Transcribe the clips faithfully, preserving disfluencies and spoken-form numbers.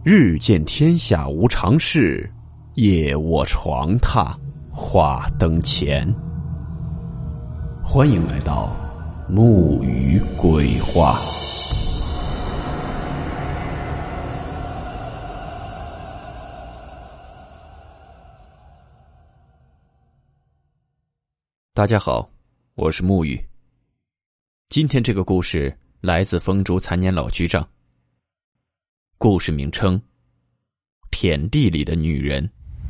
日见天下无常事，夜卧床榻话灯前。欢迎来到木鱼鬼话。大家好，我是木鱼。今天这个故事来自风烛残年老局长。故事名称：田地里的女人。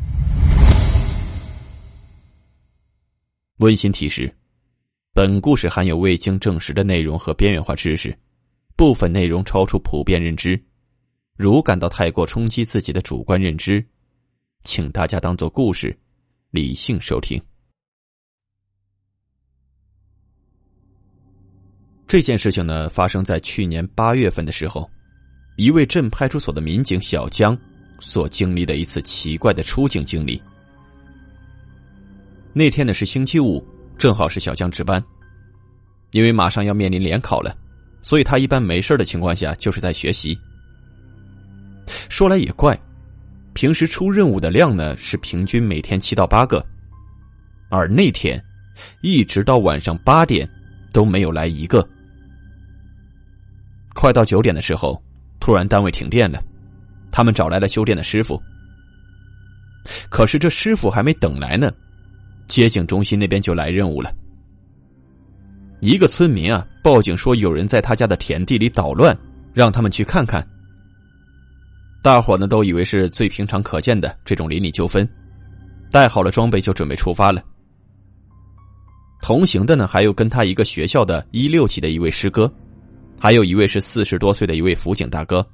温馨提示：本故事含有未经证实的内容和边缘化知识，部分内容超出普遍认知，如感到太过冲击自己的主观认知，请大家当作故事，理性收听。这件事情呢，发生在去年八月份的时候，一位镇派出所的民警小江所经历的一次奇怪的出警经历。那天呢是星期五，正好是小江值班。因为马上要面临联考了，所以他一般没事的情况下就是在学习。说来也怪，平时出任务的量呢是平均每天七到八个，而那天一直到晚上八点都没有来一个。快到九点的时候，突然单位停电了，他们找来了修电的师傅。可是这师傅还没等来呢，接警中心那边就来任务了。一个村民啊报警说有人在他家的田地里捣乱，让他们去看看。大伙呢都以为是最平常可见的这种邻里纠纷，带好了装备就准备出发了。同行的呢还有跟他一个学校的一六级的一位师哥，还有一位是四十多岁的一位辅警大哥。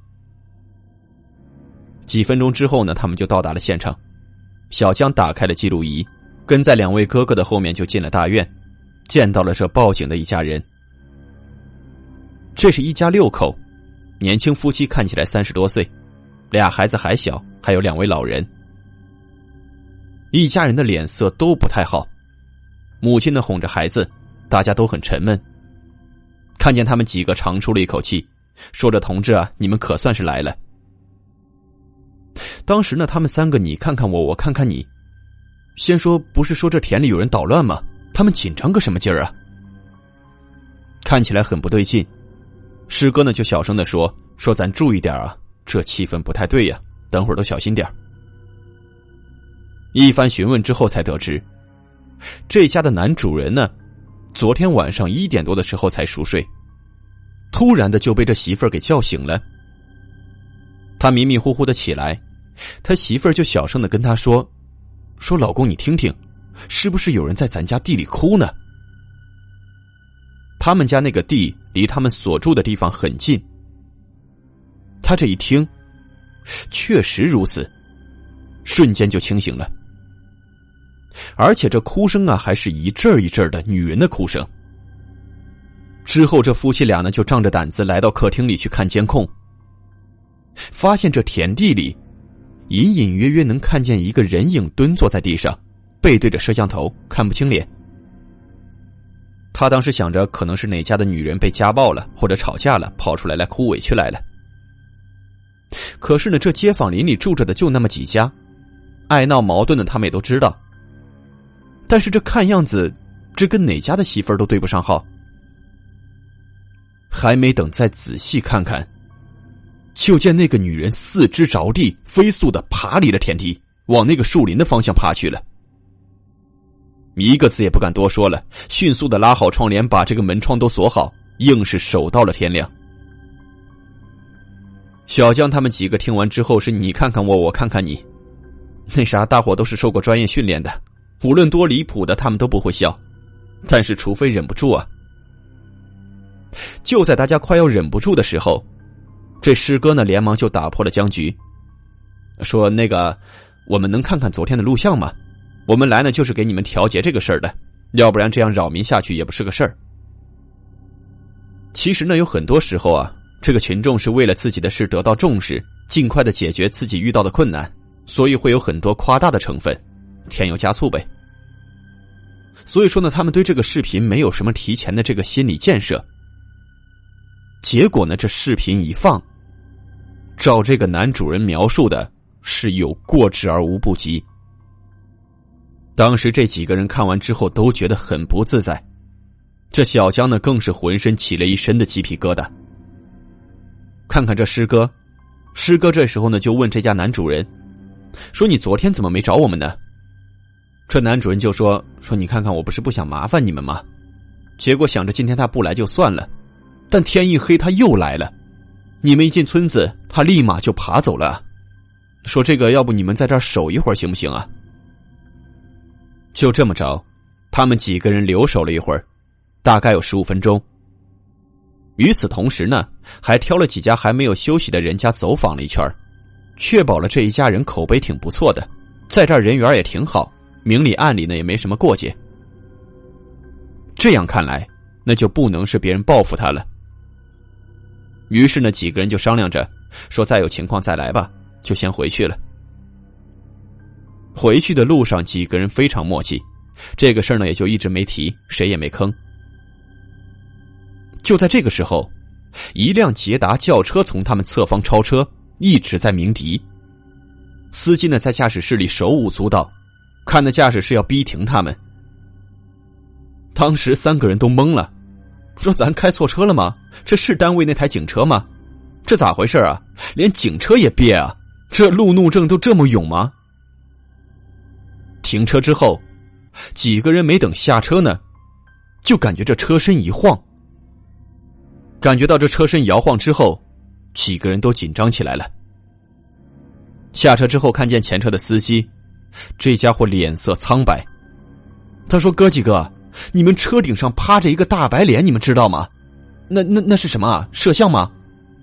几分钟之后呢，他们就到达了现场。小江打开了记录仪，跟在两位哥哥的后面就进了大院，见到了这报警的一家人。这是一家六口，年轻夫妻看起来三十多岁，俩孩子还小，还有两位老人。一家人的脸色都不太好，母亲呢哄着孩子，大家都很沉闷。看见他们几个长出了一口气，说着同志啊，你们可算是来了。当时呢他们三个你看看我，我看看你。先说不是说这田里有人捣乱吗？他们紧张个什么劲儿啊？看起来很不对劲。师哥呢就小声地说说咱注意点啊，这气氛不太对呀，等会儿都小心点。一番询问之后才得知，这家的男主人呢昨天晚上一点多的时候才熟睡，突然的就被这媳妇儿给叫醒了。他迷迷糊糊的起来，他媳妇儿就小声的跟他说说老公你听听，是不是有人在咱家地里哭呢？他们家那个地离他们所住的地方很近。他这一听，确实如此，瞬间就清醒了。而且这哭声啊还是一阵一阵的女人的哭声。之后这夫妻俩呢就仗着胆子来到客厅里去看监控，发现这田地里隐隐约约能看见一个人影蹲坐在地上，背对着摄像头，看不清脸。他当时想着可能是哪家的女人被家暴了或者吵架了，跑出来来哭委屈来了。可是呢这街坊邻里住着的就那么几家，爱闹矛盾的他们也都知道。但是这看样子这跟哪家的媳妇儿都对不上号。还没等再仔细看看，就见那个女人四肢着地，飞速的爬离了田地，往那个树林的方向爬去了。一个字也不敢多说了，迅速的拉好窗帘，把这个门窗都锁好，硬是守到了天亮。小江他们几个听完之后是你看看我，我看看你。那啥，大伙都是受过专业训练的，无论多离谱的他们都不会笑，但是除非忍不住啊。就在大家快要忍不住的时候，这师哥呢连忙就打破了僵局，说那个我们能看看昨天的录像吗？我们来呢就是给你们调节这个事儿的，要不然这样扰民下去也不是个事儿。其实呢有很多时候啊，这个群众是为了自己的事得到重视，尽快的解决自己遇到的困难，所以会有很多夸大的成分，添油加醋呗。所以说呢他们对这个视频没有什么提前的这个心理建设。结果呢这视频一放， 照这个男主人描述的，是有过之而无不及。当时这几个人看完之后都觉得很不自在，这小江呢更是浑身起了一身的鸡皮疙瘩。看看这师哥，师哥这时候呢就问这家男主人说，你昨天怎么没找我们呢？这男主人就说说你看看，我不是不想麻烦你们吗？结果想着今天他不来就算了，但天一黑他又来了，你们一进村子他立马就爬走了，说这个要不你们在这儿守一会儿行不行啊？就这么着，他们几个人留守了一会儿，大概有十五分钟。与此同时呢，还挑了几家还没有休息的人家走访了一圈，确保了这一家人口碑挺不错的，在这儿人缘也挺好，明里暗里呢也没什么过节。这样看来，那就不能是别人报复他了。于是呢，几个人就商量着说，再有情况再来吧，就先回去了。回去的路上，几个人非常默契，这个事儿呢也就一直没提，谁也没吭。就在这个时候，一辆捷达轿车从他们侧方超车，一直在鸣笛。司机呢在驾驶室里手舞足蹈，看那驾驶是要逼停他们。当时三个人都懵了，说咱开错车了吗？这是单位那台警车吗？这咋回事啊？连警车也憋啊？这路怒症都这么勇吗？停车之后，几个人没等下车呢，就感觉这车身一晃。感觉到这车身摇晃之后，几个人都紧张起来了。下车之后看见前车的司机，这家伙脸色苍白。他说，哥几个，你们车顶上趴着一个大白脸，你们知道吗？那那那是什么啊？摄像吗？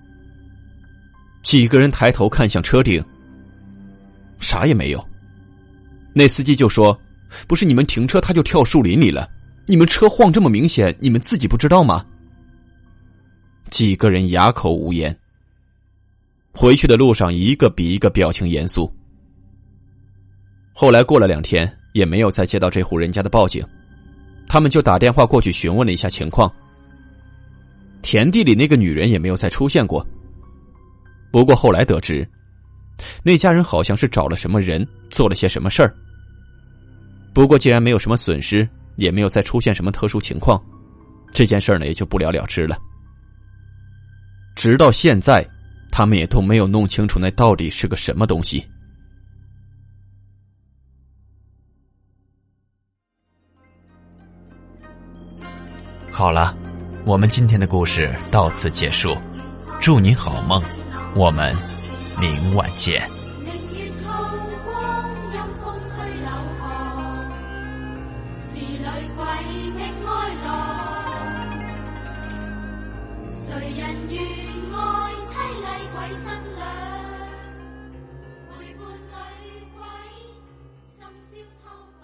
几个人抬头看向车顶，啥也没有。那司机就说，不是你们停车他就跳树林里了，你们车晃这么明显，你们自己不知道吗？几个人哑口无言。回去的路上一个比一个表情严肃。后来过了两天也没有再接到这户人家的报警，他们就打电话过去询问了一下情况。田地里那个女人也没有再出现过。不过后来得知，那家人好像是找了什么人做了些什么事儿。不过既然没有什么损失，也没有再出现什么特殊情况，这件事呢也就不了了之了。直到现在，他们也都没有弄清楚那到底是个什么东西。 好了，我们今天的故事到此结束，祝你好梦，我们明晚见。 谁人愿爱凄厉鬼新娘，陪伴女鬼，深宵偷。